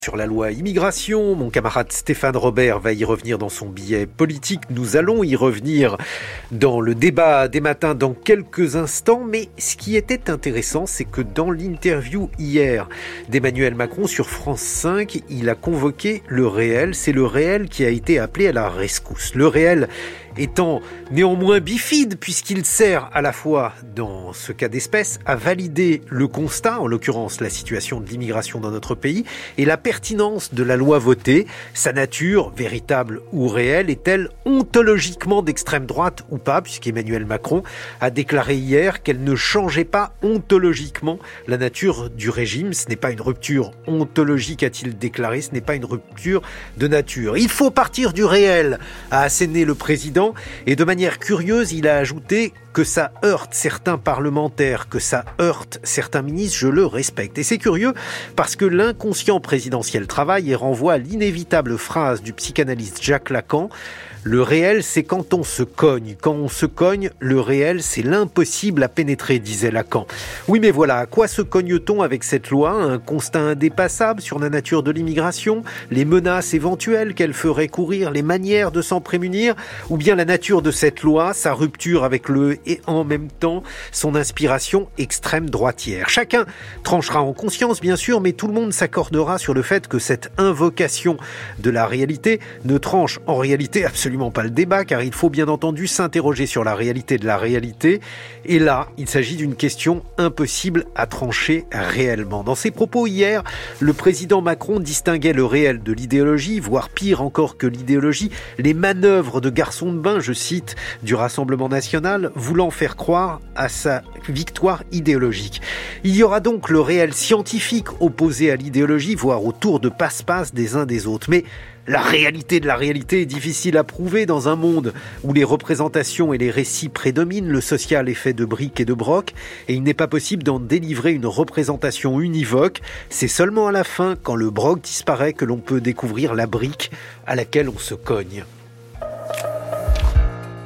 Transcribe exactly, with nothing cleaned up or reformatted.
Sur la loi immigration, mon camarade Stéphane Robert va y revenir dans son billet politique. Nous allons y revenir dans le débat des matins dans quelques instants. Mais ce qui était intéressant, c'est que dans l'interview hier d'Emmanuel Macron sur France cinq, il a convoqué le réel. C'est le réel qui a été appelé à la rescousse. Le réel étant néanmoins bifide puisqu'il sert à la fois, dans ce cas d'espèce, à valider le constat, en l'occurrence la situation de l'immigration dans notre pays, et la pertinence de la loi votée. Sa nature, véritable ou réelle, est-elle ontologiquement d'extrême droite ou pas, puisqu'Emmanuel Macron a déclaré hier qu'elle ne changeait pas ontologiquement la nature du régime. Ce n'est pas une rupture ontologique, a-t-il déclaré, ce n'est pas une rupture de nature. Il faut partir du réel, a asséné le président. Et de manière curieuse, il a ajouté que ça heurte certains parlementaires, que ça heurte certains ministres, je le respecte. Et c'est curieux parce que l'inconscient présidentiel travaille et renvoie à l'inévitable phrase du psychanalyste Jacques Lacan: le réel, c'est quand on se cogne. Quand on se cogne, le réel, c'est l'impossible à pénétrer, disait Lacan. Oui, mais voilà, à quoi se cogne-t-on avec cette loi? Un constat indépassable sur la nature de l'immigration, les menaces éventuelles qu'elle ferait courir, les manières de s'en prémunir, ou bien la nature de cette loi, sa rupture avec le et en même temps son inspiration extrême droitière. Chacun tranchera en conscience, bien sûr, mais tout le monde s'accordera sur le fait que cette invocation de la réalité ne tranche en réalité absolument pas le débat, car il faut bien entendu s'interroger sur la réalité de la réalité. Et là, il s'agit d'une question impossible à trancher réellement. Dans ses propos hier, le président Macron distinguait le réel de l'idéologie, voire pire encore que l'idéologie, les manœuvres de garçon de bain, je cite, du Rassemblement national, voulant faire croire à sa victoire idéologique. Il y aura donc le réel scientifique opposé à l'idéologie, voire au tour de passe-passe des uns des autres. Mais la réalité de la réalité est difficile à prouver dans un monde où les représentations et les récits prédominent, le social est fait de briques et de brocs, et il n'est pas possible d'en délivrer une représentation univoque. C'est seulement à la fin, quand le broc disparaît, que l'on peut découvrir la brique à laquelle on se cogne.